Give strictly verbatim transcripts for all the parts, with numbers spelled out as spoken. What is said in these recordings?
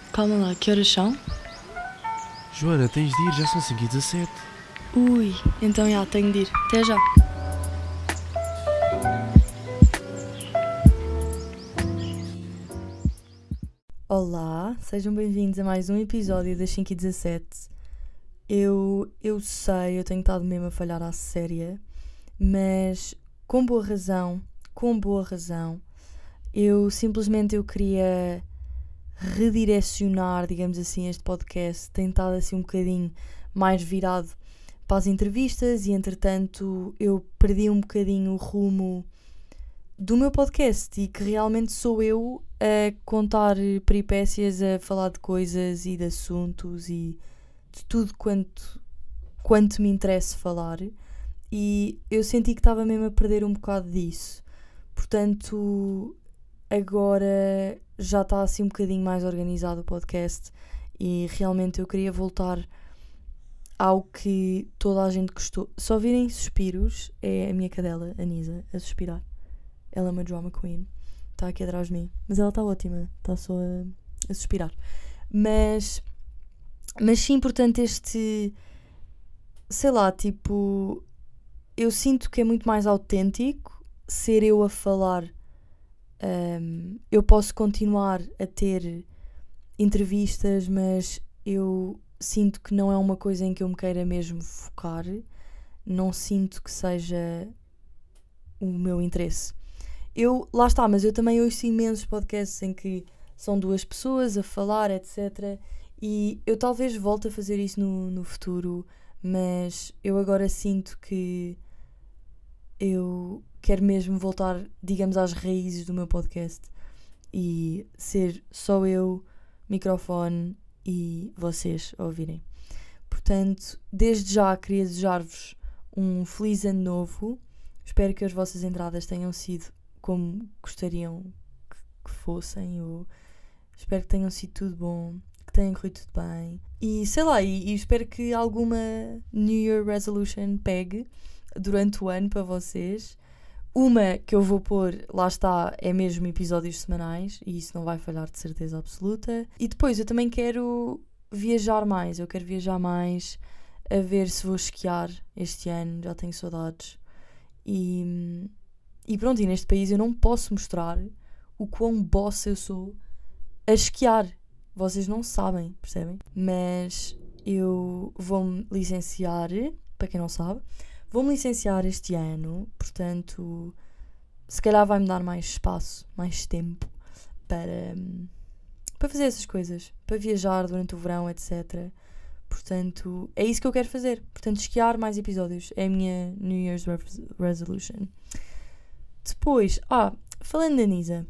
Calma lá, que horas são? Joana, tens de ir, já são cinco e dezassete. Ui, então já, tenho de ir. Até já. Olá, sejam bem-vindos a mais um episódio das cinco e dezassete. Eu, eu sei, eu tenho estado mesmo a falhar à séria, mas com boa razão, com boa razão, eu simplesmente eu queria redirecionar, digamos assim, este podcast, tem estado assim um bocadinho mais virado para as entrevistas e entretanto eu perdi um bocadinho o rumo do meu podcast e que realmente sou eu a contar peripécias, a falar de coisas e de assuntos e de tudo quanto, quanto me interessa falar, e eu senti que estava mesmo a perder um bocado disso. Portanto, agora já está assim um bocadinho mais organizado o podcast e realmente eu queria voltar ao que toda a gente gostou. Só virem suspiros, é a minha cadela, a Nisa, a suspirar. Ela é uma drama queen, está aqui atrás de mim, mas ela está ótima, está só a, a suspirar. Mas, mas sim, portanto, este, sei lá, tipo, eu sinto que é muito mais autêntico ser eu a falar. Um, eu posso continuar a ter entrevistas, mas eu sinto que não é uma coisa em que eu me queira mesmo focar. Não sinto que seja o meu interesse. Eu, lá está, mas eu também ouço imensos podcasts em que são duas pessoas a falar, etcétera. E eu talvez volte a fazer isso no, no futuro, mas eu agora sinto que eu quero mesmo voltar, digamos, às raízes do meu podcast e ser só eu, microfone e vocês a ouvirem. Portanto, desde já queria desejar-vos um feliz ano novo. Espero que as vossas entradas tenham sido como gostariam que, que fossem. Eu espero que tenham sido tudo bom, que tenham corrido tudo bem. E sei lá, e, e espero que alguma New Year Resolution pegue durante o ano para vocês. Uma que eu vou pôr, lá está, é mesmo episódios semanais e isso não vai falhar de certeza absoluta. E depois eu também quero viajar mais, eu quero viajar mais, a ver se vou esquiar este ano, já tenho saudades. E, e pronto, e neste país eu não posso mostrar o quão boss eu sou a esquiar. Vocês não sabem, percebem? Mas eu vou-me licenciar, para quem não sabe, vou-me licenciar este ano, portanto, se calhar vai-me dar mais espaço, mais tempo para, para fazer essas coisas, para viajar durante o verão, etcétera. Portanto, é isso que eu quero fazer. Portanto, esquiar mais episódios é a minha New Year's Resolution. Depois, ah, falando da Nisa,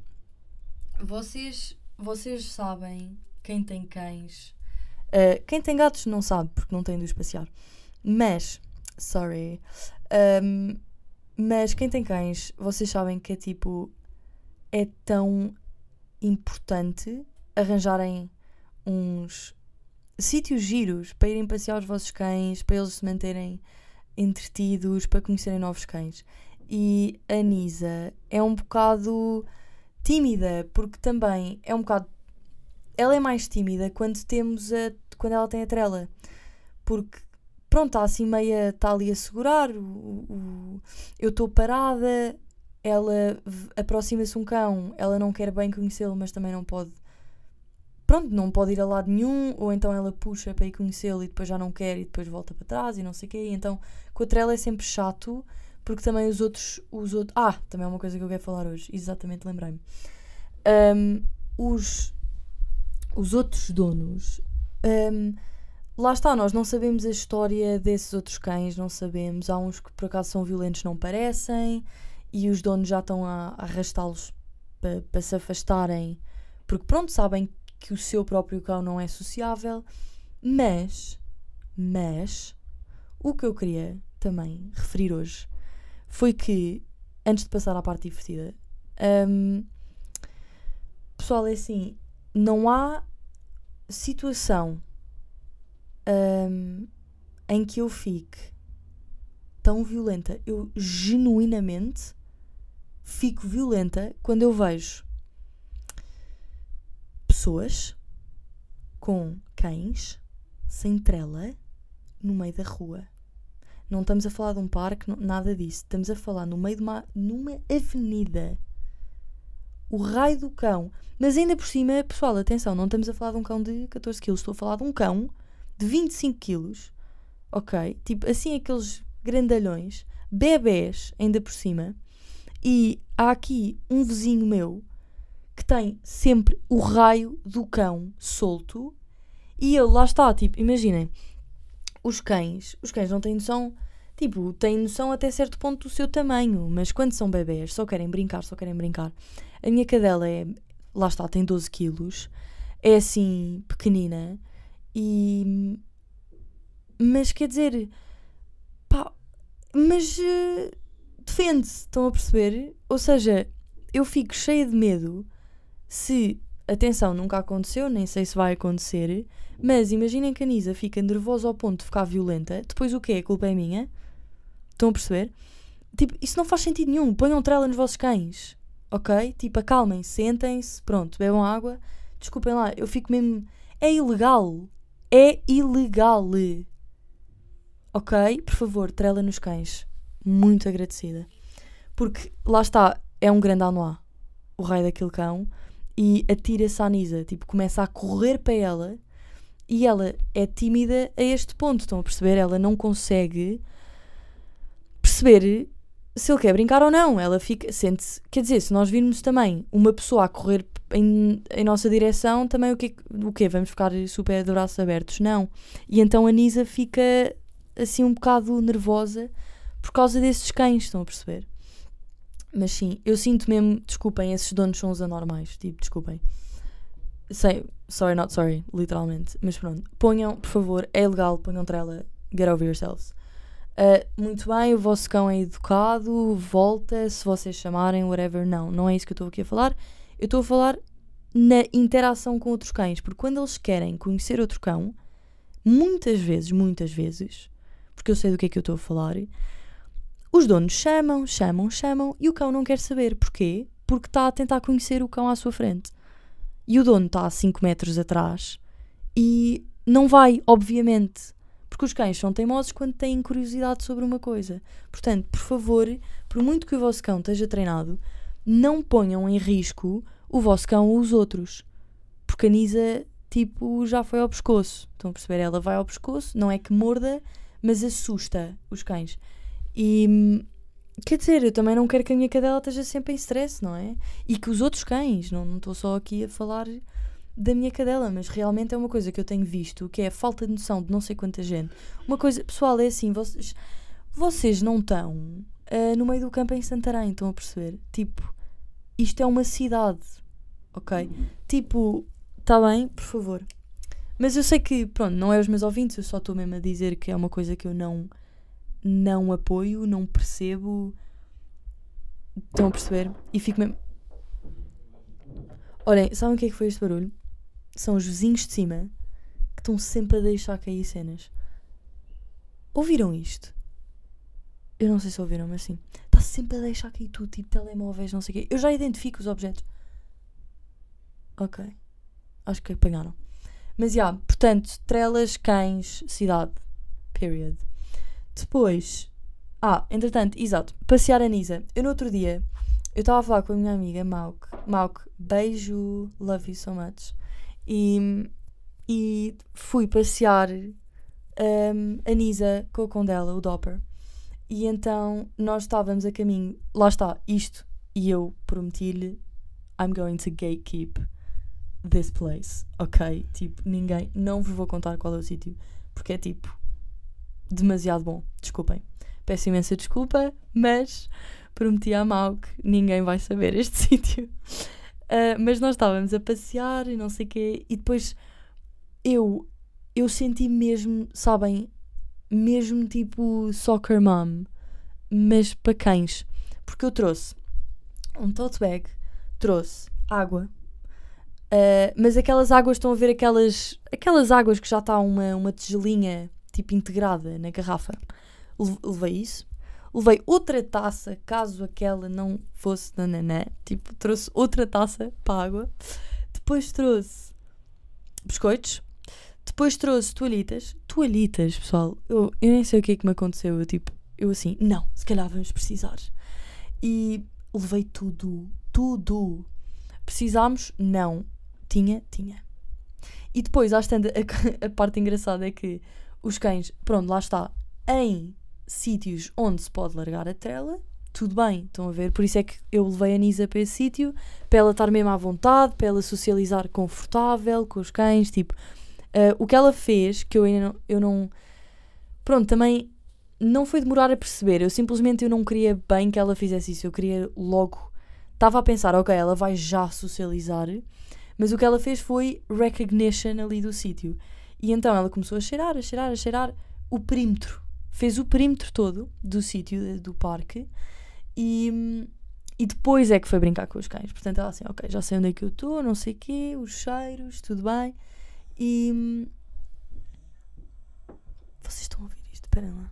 vocês, vocês sabem quem tem cães. Uh, quem tem gatos não sabe, porque não tem de os passear. Mas... Sorry. Um, mas quem tem cães, vocês sabem que é tipo, é tão importante arranjarem uns sítios giros para irem passear os vossos cães, para eles se manterem entretidos, para conhecerem novos cães. E a Nisa é um bocado tímida, porque também é um bocado... Ela é mais tímida quando temos a... quando ela tem a trela. Porque pronto, está assim meia, está ali a segurar, o, o, eu estou parada, ela aproxima-se um cão, ela não quer bem conhecê-lo, mas também não pode, pronto, não pode ir a lado nenhum, ou então ela puxa para ir conhecê-lo e depois já não quer e depois volta para trás e não sei o quê, e então com a trela é sempre chato, porque também os outros, os outros, ah, também é uma coisa que eu quero falar hoje, exatamente, lembrei-me, um, os, os outros donos... Um, Lá está, nós não sabemos a história desses outros cães, não sabemos. Há uns que por acaso são violentos, não parecem, e os donos já estão a, a arrastá-los para pa se afastarem, porque pronto, sabem que o seu próprio cão não é sociável. Mas, mas, o que eu queria também referir hoje foi que, antes de passar à parte divertida, hum, pessoal, é assim, não há situação Um, em que eu fique tão violenta. Eu genuinamente fico violenta quando eu vejo pessoas com cães, sem trela, no meio da rua. Não estamos a falar de um parque, não, nada disso. Estamos a falar no meio de uma numa avenida. O raio do cão. Mas ainda por cima, pessoal, atenção, não estamos a falar de um cão de catorze quilos. Estou a falar de um cão de vinte e cinco quilos. Ok? Tipo, assim aqueles grandalhões. Bebés, ainda por cima. E há aqui um vizinho meu que tem sempre o raio do cão solto. E ele lá está, tipo, imaginem. Os cães, os cães não têm noção, tipo, têm noção até certo ponto do seu tamanho, mas quando são bebés, só querem brincar, só querem brincar. A minha cadela é, lá está, tem doze quilos, é assim, pequenina, e... Mas quer dizer, pá, mas uh, defende-se, estão a perceber? Ou seja, eu fico cheia de medo se, atenção, nunca aconteceu, nem sei se vai acontecer, mas imaginem que a Nisa fica nervosa ao ponto de ficar violenta, depois o quê? A culpa é minha? Estão a perceber? Tipo, isso não faz sentido nenhum. Ponham trela nos vossos cães, ok? Tipo, acalmem, sentem-se, pronto, bebam água. Desculpem lá, eu fico mesmo... É ilegal. É ilegal. Ok? Por favor, trela nos cães. Muito agradecida. Porque, lá está, é um grande anuá, o raio daquele cão, e atira-se à Nisa. Tipo, começa a correr para ela... E ela é tímida a este ponto, estão a perceber? Ela não consegue perceber se ele quer brincar ou não. Ela fica, sente-se... Quer dizer, se nós virmos também uma pessoa a correr em, em nossa direção, também o quê? O quê? Vamos ficar super de braços abertos? Não. E então a Nisa fica assim um bocado nervosa por causa desses cães, estão a perceber? Mas sim, eu sinto mesmo... Desculpem, esses donos são os anormais. Tipo, desculpem. Sei, sorry, not sorry, literalmente. Mas pronto, ponham, por favor, é ilegal, ponham trela, get over yourselves. Uh, muito bem, o vosso cão é educado, volta, se vocês chamarem, whatever. Não, não é isso que eu estou aqui a falar. Eu estou a falar na interação com outros cães, porque quando eles querem conhecer outro cão, muitas vezes, muitas vezes, porque eu sei do que é que eu estou a falar, os donos chamam, chamam, chamam, e o cão não quer saber. Porquê? Porque está a tentar conhecer o cão à sua frente. E o dono está a cinco metros atrás e não vai, obviamente, porque os cães são teimosos quando têm curiosidade sobre uma coisa. Portanto, por favor, por muito que o vosso cão esteja treinado, não ponham em risco o vosso cão ou os outros. Porque a Nisa, tipo, já foi ao pescoço. Estão a perceber? Ela vai ao pescoço, não é que morda, mas assusta os cães. E... Quer dizer, eu também não quero que a minha cadela esteja sempre em stress, não é? E que os outros cães, não estou só aqui a falar da minha cadela, mas realmente é uma coisa que eu tenho visto, que é a falta de noção de não sei quanta gente. Uma coisa, pessoal, é assim, vocês, vocês não estão uh, no meio do campo em Santarém, estão a perceber? Tipo, isto é uma cidade, ok? Tipo, está bem, por favor. Mas eu sei que, pronto, não é os meus ouvintes, eu só estou mesmo a dizer que é uma coisa que eu não... não apoio, não percebo. Estão a perceber? E fico mesmo... Olhem, sabem o que é que foi este barulho? São os vizinhos de cima que estão sempre a deixar cair cenas. Ouviram isto? Eu não sei se ouviram, mas sim. Está sempre a deixar cair tudo, tipo telemóveis, não sei o quê. Eu já identifico os objetos. Ok. Acho que apanharam. Mas, já, yeah, portanto, trelas, cães, cidade. Period. Depois, ah, entretanto, exato, passear a Nisa. Eu no outro dia, eu estava a falar com a minha amiga Mauk. Mauk, beijo, love you so much. E, e fui passear um, a Nisa com o cão dela, o Dopper. E então nós estávamos a caminho, lá está, isto, e eu prometi-lhe, I'm going to gatekeep this place, ok? Tipo, ninguém, não vos vou contar qual é o sítio, porque é tipo... demasiado bom, desculpem, peço imensa desculpa, mas prometi à Mau que ninguém vai saber este sítio. Uh, mas nós estávamos a passear e não sei o quê, e depois eu eu senti mesmo, sabem, mesmo tipo soccer mom, mas para cães, porque eu trouxe um tote bag, trouxe água, uh, mas aquelas águas, estão a ver aquelas aquelas águas que já está uma, uma tigelinha tipo integrada na garrafa. Levei isso. Levei outra taça, caso aquela não fosse nananã. Tipo, trouxe outra taça para a água. Depois trouxe biscoitos. Depois trouxe toalhitas. Toalhitas, pessoal. Eu, eu nem sei o que é que me aconteceu. Eu tipo, eu assim, não, se calhar vamos precisar. E levei tudo, tudo. Precisámos? Não. Tinha? Tinha. E depois, às tantas, a, a parte engraçada é que os cães, pronto, lá está, em sítios onde se pode largar a trela, tudo bem, estão a ver? Por isso é que eu levei a Nisa para esse sítio, para ela estar mesmo à vontade, para ela socializar confortável com os cães, tipo, uh, o que ela fez, que eu ainda não, eu não, pronto, também não foi demorar a perceber, eu simplesmente eu não queria bem que ela fizesse isso, eu queria logo, estava a pensar, ok, ela vai já socializar, mas o que ela fez foi recognition ali do sítio, e então ela começou a cheirar, a cheirar, a cheirar o perímetro, fez o perímetro todo do sítio, do parque, e, e depois é que foi brincar com os cães. Portanto ela assim, ok, já sei onde é que eu estou, não sei o quê, os cheiros, tudo bem. E vocês estão a ouvir isto? Esperem lá.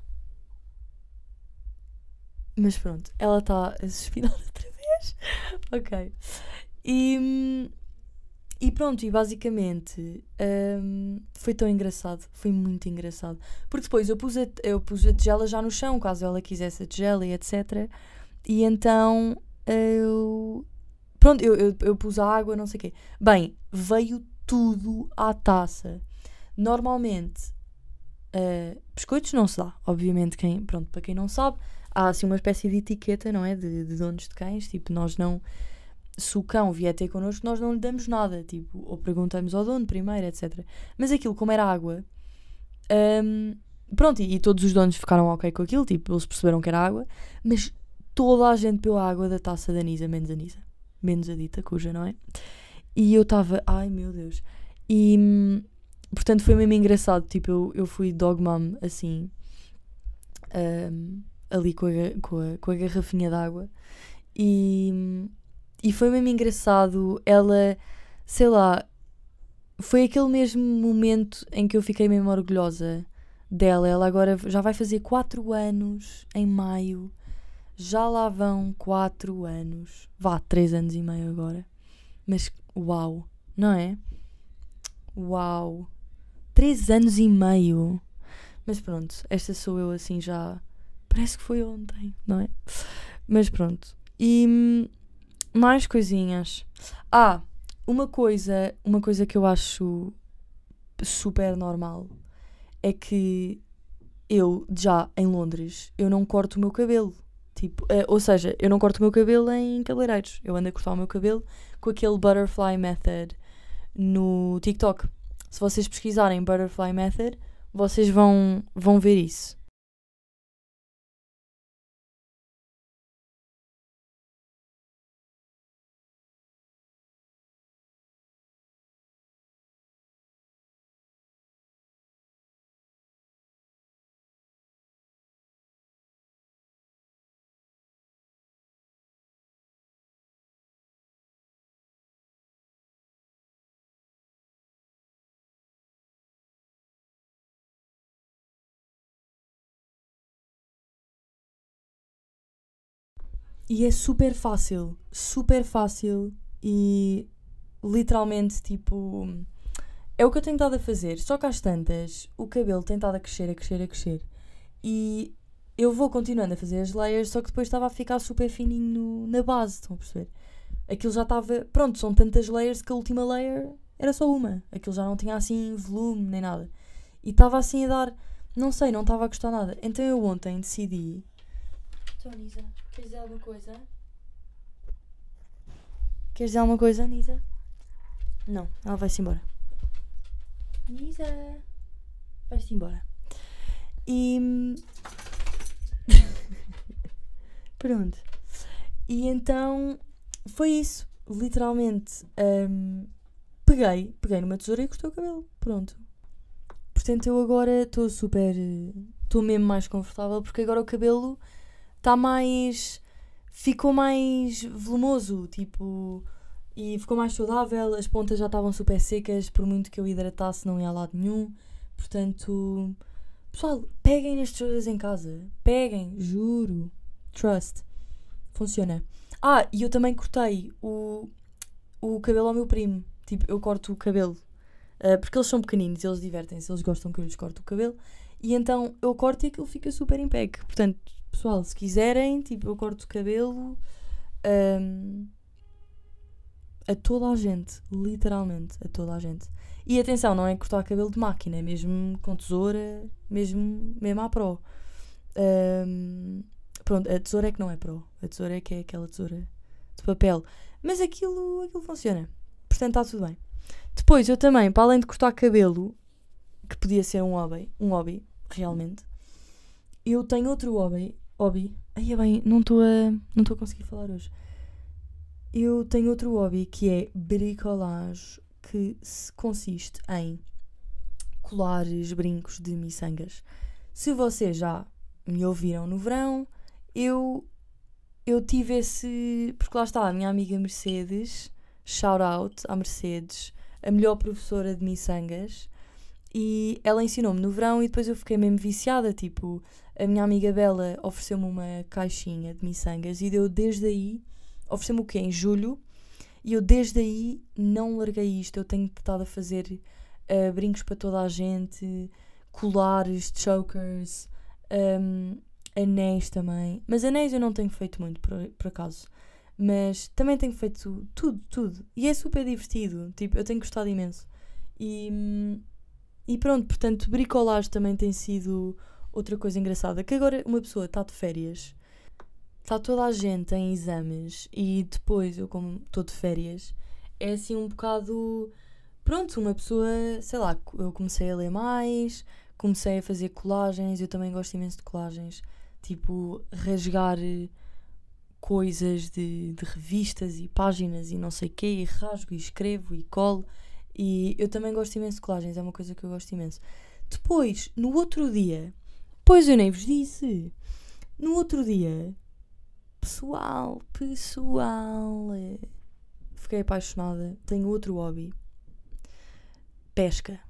Mas pronto, ela está a suspirar outra vez. Ok. E, e pronto, e basicamente um, foi tão engraçado, foi muito engraçado. Porque depois eu pus, a, eu pus a tigela já no chão, caso ela quisesse a tigela e etcétera. E então eu. Pronto, eu, eu, eu pus a água, não sei o quê. Bem, veio tudo à taça. Normalmente, uh, biscoitos não se dá. Obviamente, quem, pronto, para quem não sabe, há assim uma espécie de etiqueta, não é? De, de donos de cães. Tipo, nós não. Se o cão vier ter connosco, nós não lhe damos nada. Tipo, ou perguntamos ao dono primeiro, etcétera. Mas aquilo, como era água. Um, pronto, e, e todos os donos ficaram ok com aquilo. Tipo, eles perceberam que era água. Mas toda a gente bebeu a água da taça da Nisa, menos a Nisa. Menos a dita, cuja, não é? E eu estava, ai meu Deus. E, portanto, foi mesmo engraçado. Tipo, eu, eu fui dog mom, assim, um, ali com a, com a, com a garrafinha de água. E, e foi mesmo engraçado. Ela, sei lá, foi aquele mesmo momento em que eu fiquei mesmo orgulhosa dela. Ela agora já vai fazer quatro anos, em maio. Já lá vão quatro anos. Vá, três anos e meio agora. Mas, uau, não é? Uau. Três anos e meio. Mas pronto, esta sou eu assim já... Parece que foi ontem, não é? Mas pronto. E hum, mais coisinhas. Ah, uma coisa, uma coisa que eu acho super normal é que eu, já em Londres, eu não corto o meu cabelo. Tipo, uh, ou seja, eu não corto o meu cabelo em cabeleireiros. Eu ando a cortar o meu cabelo com aquele Butterfly Method no TikTok. Se vocês pesquisarem Butterfly Method, vocês vão, vão ver isso. E é super fácil. Super fácil. E literalmente, tipo... É o que eu tenho estado a fazer. Só que às tantas, o cabelo tem estado a crescer, a crescer, a crescer. E eu vou continuando a fazer as layers, só que depois estava a ficar super fininho no, na base, estão a perceber? Aquilo já estava... Pronto, são tantas layers que a última layer era só uma. Aquilo já não tinha assim volume nem nada. E estava assim a dar... Não sei, não estava a gostar nada. Então eu ontem decidi... Então, Nisa, queres dizer alguma coisa? Queres dizer alguma coisa, Nisa? Não, ela vai-se embora. Nisa, vai-se embora. E... Pronto. E então foi isso. Literalmente um, peguei, peguei numa tesoura e cortei o cabelo. Pronto. Portanto eu agora estou super... Estou mesmo mais confortável porque agora o cabelo está mais... Ficou mais volumoso, tipo... E ficou mais saudável, as pontas já estavam super secas, por muito que eu hidratasse não ia a lado nenhum. Portanto... Pessoal, peguem nas tesouras em casa. Peguem, juro. Trust. Funciona. Ah, e eu também cortei o, o cabelo ao meu primo. Tipo, eu corto o cabelo Uh, porque eles são pequeninos, eles divertem-se, eles gostam que eu lhes corte o cabelo. E então eu corto e aquilo fica super impec. Portanto, pessoal, se quiserem, tipo, eu corto o cabelo um, a toda a gente. Literalmente, a toda a gente. E atenção, não é cortar cabelo de máquina, é mesmo com tesoura, mesmo, mesmo à pro. Um, pronto, a tesoura é que não é pro. A tesoura é que é aquela tesoura de papel. Mas aquilo, aquilo funciona. Portanto, está tudo bem. Depois, eu também, para além de cortar cabelo, que podia ser um hobby, um hobby, realmente, eu tenho outro hobby. Hobby? Ai, é bem, não estou a, não estou a conseguir falar hoje. Eu tenho outro hobby que é bricolage, que se consiste em colares, brincos de miçangas. Se vocês já me ouviram no verão, eu, eu tive esse... Porque lá está, a minha amiga Mercedes, shout out à Mercedes, a melhor professora de miçangas, e ela ensinou-me no verão e depois eu fiquei mesmo viciada, tipo, a minha amiga Bela ofereceu-me uma caixinha de miçangas e eu desde aí, ofereceu-me o quê? Em julho, e eu desde aí não larguei isto. Eu tenho estado a fazer uh, brincos para toda a gente, colares, chokers, um, anéis também. Mas anéis eu não tenho feito muito, por, por acaso. Mas também tenho feito tudo, tudo. E é super divertido. Tipo, eu tenho gostado imenso. E, e pronto, portanto, bricolage também tem sido outra coisa engraçada. Que agora uma pessoa está de férias, está toda a gente em exames e depois eu, como estou de férias, é assim um bocado... Pronto, uma pessoa, sei lá, eu comecei a ler mais, comecei a fazer colagens, eu também gosto imenso de colagens. Tipo, rasgar coisas de, de revistas e páginas e não sei o quê, e rasgo e escrevo e colo. E eu também gosto imenso de colagens, é uma coisa que eu gosto imenso. Depois, no outro dia, pois eu nem vos disse, no outro dia... Pessoal, pessoal, fiquei apaixonada. Tenho outro hobby. Pesca.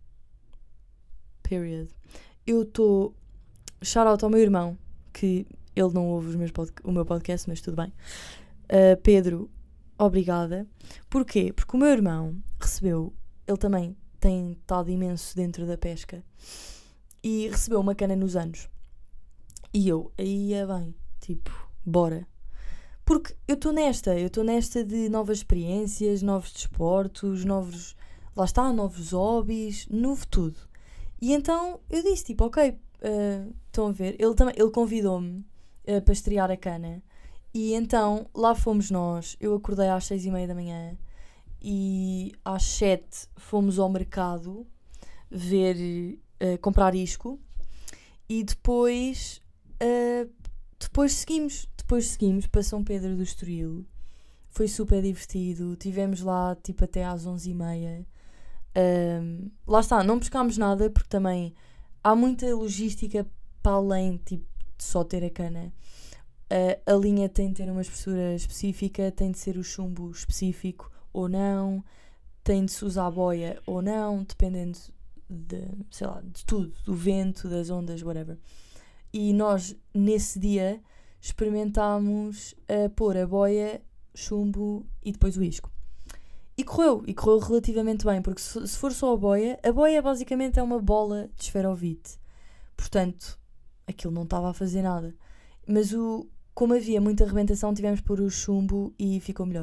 Period. Eu estou... Shout out ao meu irmão, que ele não ouve os meus pod... o meu podcast, mas tudo bem. Uh, Pedro, obrigada. Porquê? Porque o meu irmão recebeu... Ele também tem estado imenso dentro da pesca. E recebeu uma cana nos anos. E eu, aí é bem, tipo... Bora. Porque eu estou nesta, eu estou nesta de novas experiências, novos desportos, novos, lá está, novos hobbies, novo tudo. E então eu disse, tipo, ok, uh, estão a ver, ele, também, ele convidou-me uh, para estrear a cana. E então lá fomos nós, eu acordei às seis e meia da manhã e às sete fomos ao mercado ver, uh, comprar isco e depois... Uh, Depois seguimos, depois seguimos para São Pedro do Estoril. Foi super divertido. Tivemos lá tipo até às onze e meia. Um, lá está, não pescámos nada porque também há muita logística para além tipo, de só ter a cana. Uh, a linha tem de ter uma espessura específica, tem de ser o chumbo específico ou não, tem de se usar a boia ou não, dependendo de, sei lá, de tudo, do vento, das ondas, whatever. E nós, nesse dia, experimentámos a pôr a boia, chumbo e depois o isco. E correu, e correu relativamente bem, porque se, se for só a boia, a boia basicamente é uma bola de esferovite. Portanto, aquilo não estava a fazer nada. Mas o, como havia muita arrebentação, tivemos de pôr o chumbo e ficou melhor.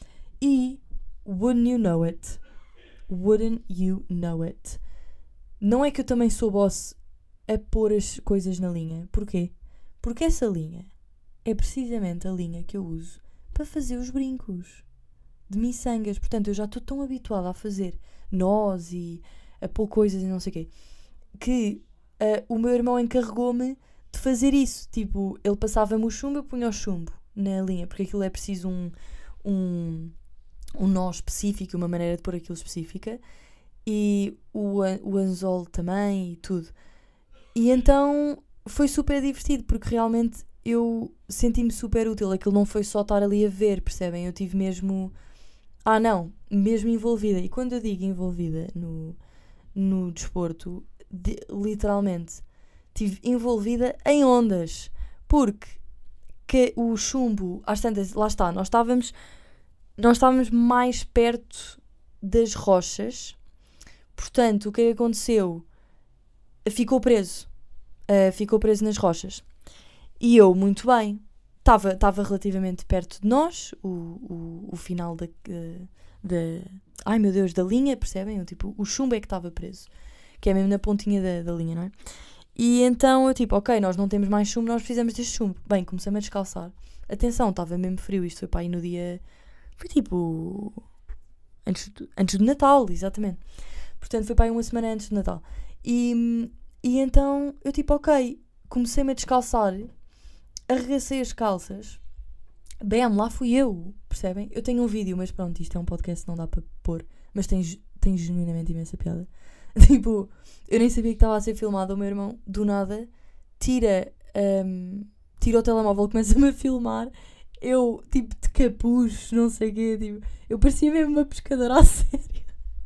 E, wouldn't you know it? Wouldn't you know it? Não é que eu também sou boss a pôr as coisas na linha. Porquê? Porque essa linha é precisamente a linha que eu uso para fazer os brincos de miçangas. Portanto, eu já estou tão habituada a fazer nós e a pôr coisas e não sei o quê, que uh, o meu irmão encarregou-me de fazer isso. Tipo, ele passava-me o chumbo, eu punha o chumbo na linha, porque aquilo é preciso um, um, um nó específico, uma maneira de pôr aquilo específica, e o, o anzol também e tudo. E então foi super divertido, porque realmente eu senti-me super útil. Aquilo não foi só estar ali a ver, percebem? Eu tive mesmo... Ah, não, mesmo envolvida. E quando eu digo envolvida no, no desporto, de, literalmente, estive envolvida em ondas. Porque que o chumbo, às tantas, lá está, nós estávamos, nós estávamos mais perto das rochas Portanto, o que é que aconteceu? Ficou preso. Uh, ficou preso nas rochas. E eu, muito bem, estava relativamente perto de nós, o, o, o final da, da... Ai meu Deus, da linha, percebem? O, tipo, o chumbo é que estava preso. Que é mesmo na pontinha da, da linha, não é? E então eu tipo, ok, nós não temos mais chumbo, nós precisamos deste chumbo. Bem, comecei-me a descalçar. Atenção, estava mesmo frio, isto foi para aí no dia... Foi tipo... Antes do, antes do Natal, exatamente. Portanto, foi para aí uma semana antes do Natal. E, e então eu tipo, ok, comecei-me a descalçar, arregacei as calças, bem, lá fui eu, percebem? Eu tenho um vídeo, mas pronto, isto é um podcast, não dá para pôr, mas tem, tem genuinamente imensa piada. Tipo, eu nem sabia que estava a ser filmado, o meu irmão, do nada, tira, um, tira o telemóvel, começa-me a filmar, eu, tipo, de capuz, não sei o quê, tipo, eu parecia mesmo uma pescadora a sério.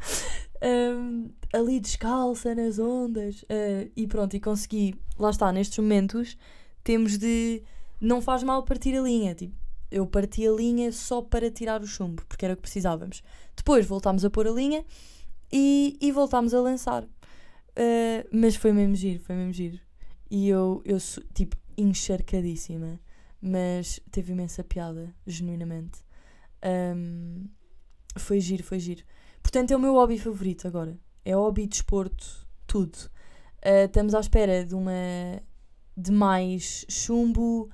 Um, ali descalça nas ondas, uh, e pronto, e consegui, lá está, nestes momentos temos de, não faz mal partir a linha, tipo, eu parti a linha só para tirar o chumbo, porque era o que precisávamos. Depois voltámos a pôr a linha e, e voltámos a lançar, uh, mas foi mesmo giro, foi mesmo giro, e eu, eu tipo, encharcadíssima, mas teve imensa piada, genuinamente. Um, foi giro, foi giro. Portanto, é o meu hobby favorito agora. É hobby, desporto, tudo. Uh, estamos à espera de uma de mais chumbo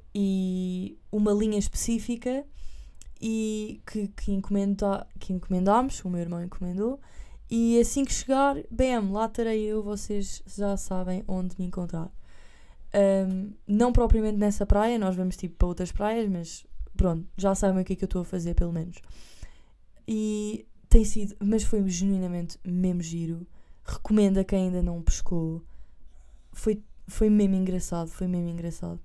e uma linha específica e que, que, encomenda, que encomendámos, o meu irmão encomendou, e assim que chegar, bem, lá estarei eu, vocês já sabem onde me encontrar. Um, não propriamente nessa praia, nós vamos tipo para outras praias, mas pronto, já sabem o que é que eu estou a fazer, pelo menos. E tem sido, mas foi genuinamente mesmo giro. Recomendo a quem ainda não pescou. Foi, foi mesmo engraçado, foi mesmo engraçado.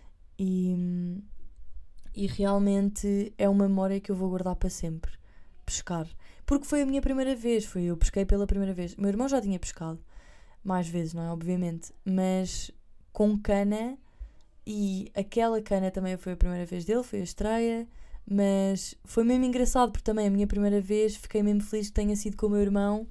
E, e realmente é uma memória que eu vou guardar para sempre. Pescar. Porque foi a minha primeira vez, foi eu pesquei pela primeira vez. O meu irmão já tinha pescado mais vezes, não é? Obviamente. Mas com cana, e aquela cana também foi a primeira vez dele, foi a estreia. Mas foi mesmo engraçado, porque também a minha primeira vez fiquei mesmo feliz que tenha sido com o meu irmão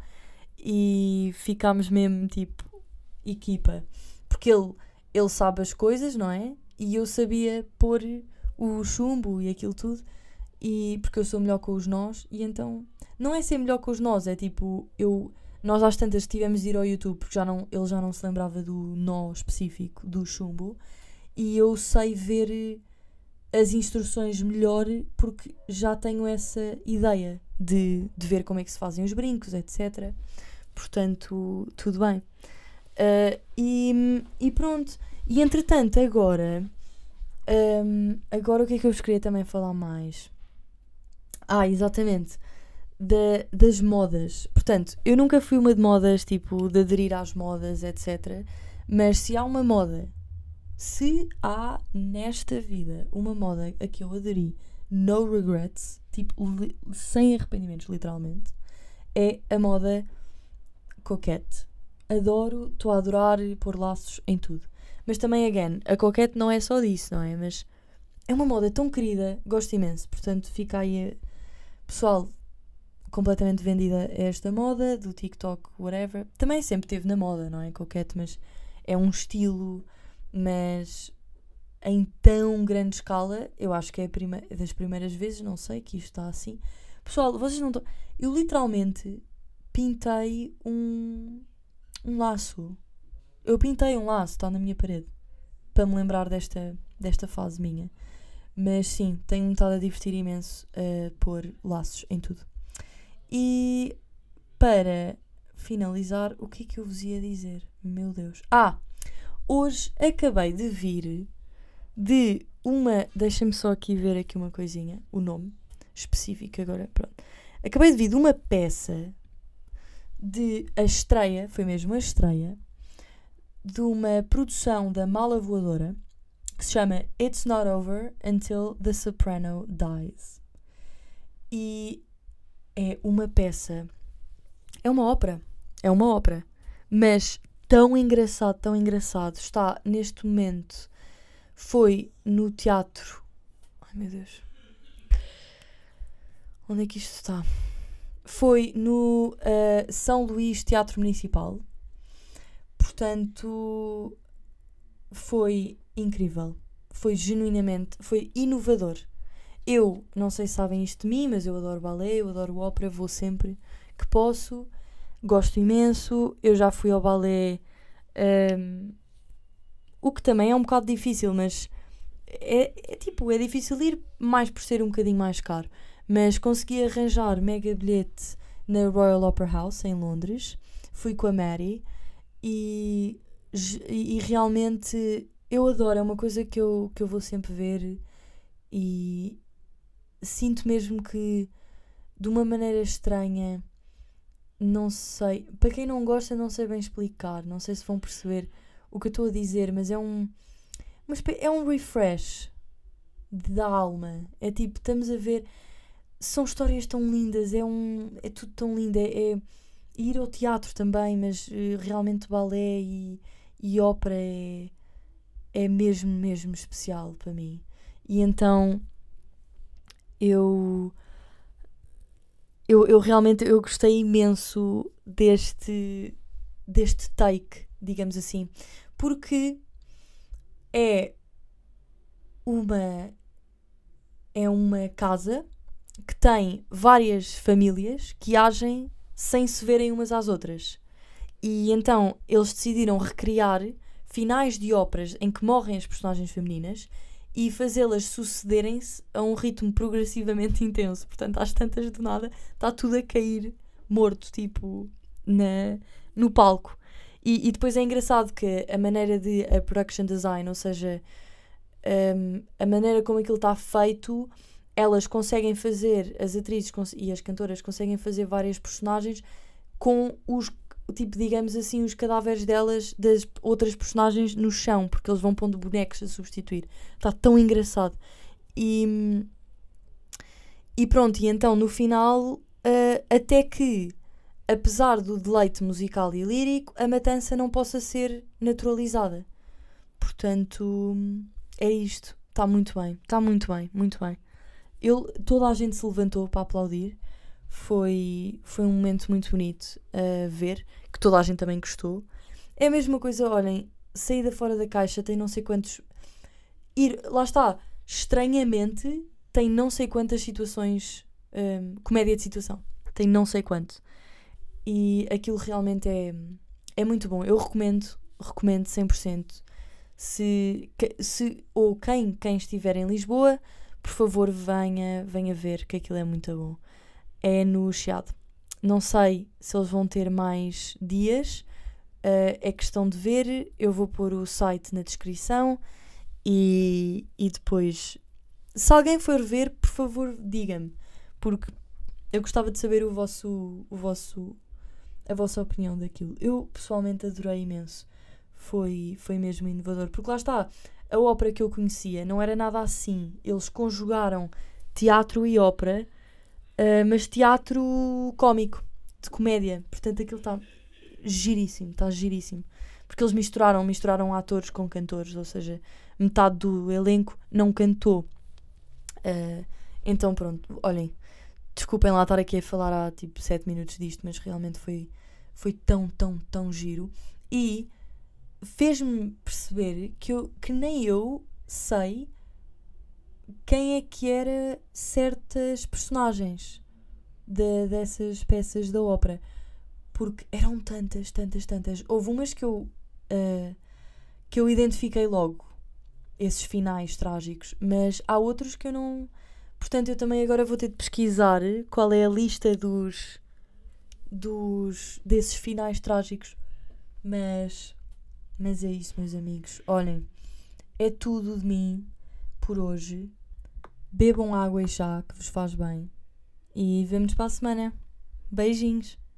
e ficámos mesmo tipo equipa, porque ele, ele sabe as coisas, não é? E eu sabia pôr o chumbo e aquilo tudo, e porque eu sou melhor com os nós, e então não é ser melhor com os nós, é tipo, eu, nós às tantas tivemos de ir ao YouTube porque já não, ele já não se lembrava do nó específico do chumbo, e eu sei ver as instruções melhor porque já tenho essa ideia de, de ver como é que se fazem os brincos, etcétera. Portanto, tudo bem. Uh, e, e pronto. E entretanto, agora, um, agora o que é que eu vos queria também falar mais? Ah, exatamente. Da, das modas. Portanto, eu nunca fui uma de modas, tipo, de aderir às modas, etcétera. Mas se há uma moda... Se há nesta vida uma moda a que eu aderi, no regrets, tipo, li- sem arrependimentos, literalmente, é a moda coquette. Adoro, estou a adorar pôr laços em tudo. Mas também, again, a coquette não é só disso, não é? Mas é uma moda tão querida, gosto imenso. Portanto, fica aí, pessoal, completamente vendida a esta moda, do TikTok, whatever. Também sempre teve na moda, não é? Coquette, mas é um estilo... Mas em tão grande escala, eu acho que é a prima- das primeiras vezes, não sei, que isto está assim. Pessoal, vocês não estão... Eu literalmente pintei um, um laço. Eu pintei um laço, está na minha parede, para me lembrar desta, desta fase minha. Mas sim, tenho-me estado a divertir imenso a pôr laços em tudo. E para finalizar, o que é que eu vos ia dizer? Meu Deus. Ah! Hoje acabei de vir de uma... Deixem-me só aqui ver aqui uma coisinha. O nome específico agora. Pronto. Acabei de vir de uma peça de a estreia, foi mesmo a estreia, de uma produção da Mala Voadora que se chama It's Not Over Until the Soprano Dies. E é uma peça... É uma ópera. É uma ópera. Mas... tão engraçado, tão engraçado. Está, neste momento, foi no teatro... Ai, meu Deus. Onde é que isto está? foi no uh, São Luís Teatro Municipal. Portanto, foi incrível. Foi genuinamente, foi inovador. Eu, não sei se sabem isto de mim, mas eu adoro balé, eu adoro ópera, vou sempre que posso. Gosto imenso. Eu já fui ao balé, um, o que também é um bocado difícil, mas é, é tipo, é difícil ir mais por ser um bocadinho mais caro. Mas consegui arranjar mega bilhete na Royal Opera House, em Londres. Fui com a Mary e, e, e realmente eu adoro, é uma coisa que eu, que eu vou sempre ver e sinto mesmo que, de uma maneira estranha, não sei, para quem não gosta não sei bem explicar, não sei se vão perceber o que eu estou a dizer, mas é um, uma espé- é um refresh da alma. É tipo, estamos a ver, são histórias tão lindas, é, um, é tudo tão lindo, é, é ir ao teatro também, mas eh, realmente balé e, e ópera é, é mesmo, mesmo especial para mim. E então eu, eu, eu realmente eu gostei imenso deste, deste take, digamos assim, porque é uma, é uma casa que tem várias famílias que agem sem se verem umas às outras. E então eles decidiram recriar finais de óperas em que morrem as personagens femininas e fazê-las sucederem-se a um ritmo progressivamente intenso. Portanto, às tantas do nada, está tudo a cair morto, tipo, na, no palco. E, e depois é engraçado que a maneira de a production design, ou seja, um, a maneira como aquilo está feito, elas conseguem fazer, as atrizes cons- e as cantoras conseguem fazer várias personagens com os, tipo, digamos assim, os cadáveres delas, das outras personagens no chão, porque eles vão pondo bonecos a substituir. Está tão engraçado. E, e pronto, e então no final, uh, até que, apesar do deleite musical e lírico, a matança não possa ser naturalizada. Portanto, é isto. Está muito bem, está muito bem, muito bem. Eu, toda a gente se levantou para aplaudir. Foi, foi um momento muito bonito a ver, que toda a gente também gostou. É a mesma coisa, olhem, saída fora da caixa tem não sei quantos. Ir, lá está, estranhamente tem não sei quantas situações. hum, comédia de situação. Tem não sei quanto. E aquilo realmente é, é muito bom. Eu recomendo, recomendo cem por cento. Se, que- se, ou quem, quem estiver em Lisboa, por favor, venha, venha ver, que aquilo é muito bom. É no Chiado. Não sei se eles vão ter mais dias, uh, é questão de ver. Eu vou pôr o site na descrição e, e depois, se alguém for ver, por favor, diga-me, porque eu gostava de saber o vosso, o vosso, a vossa opinião daquilo. Eu pessoalmente adorei imenso. Foi, foi mesmo inovador, porque lá está, a ópera que eu conhecia não era nada assim. Eles conjugaram teatro e ópera. Uh, mas teatro cómico, de comédia. Portanto, aquilo está giríssimo, está giríssimo. Porque eles misturaram, misturaram atores com cantores, ou seja, metade do elenco não cantou. Uh, então, pronto, olhem, desculpem lá estar aqui a falar há tipo sete minutos disto, mas realmente foi, foi tão, tão, tão giro. E fez-me perceber que, eu, que nem eu sei quem é que era certas personagens de, dessas peças da ópera, porque eram tantas, tantas, tantas. Houve umas que eu uh, que eu identifiquei logo, esses finais trágicos, mas há outros que eu não. Portanto, eu também agora vou ter de pesquisar qual é a lista dos dos desses finais trágicos. Mas mas é isso, meus amigos. Olhem, é tudo de mim por hoje. Bebam água e chá, que vos faz bem. E vemo-nos para a semana. Beijinhos.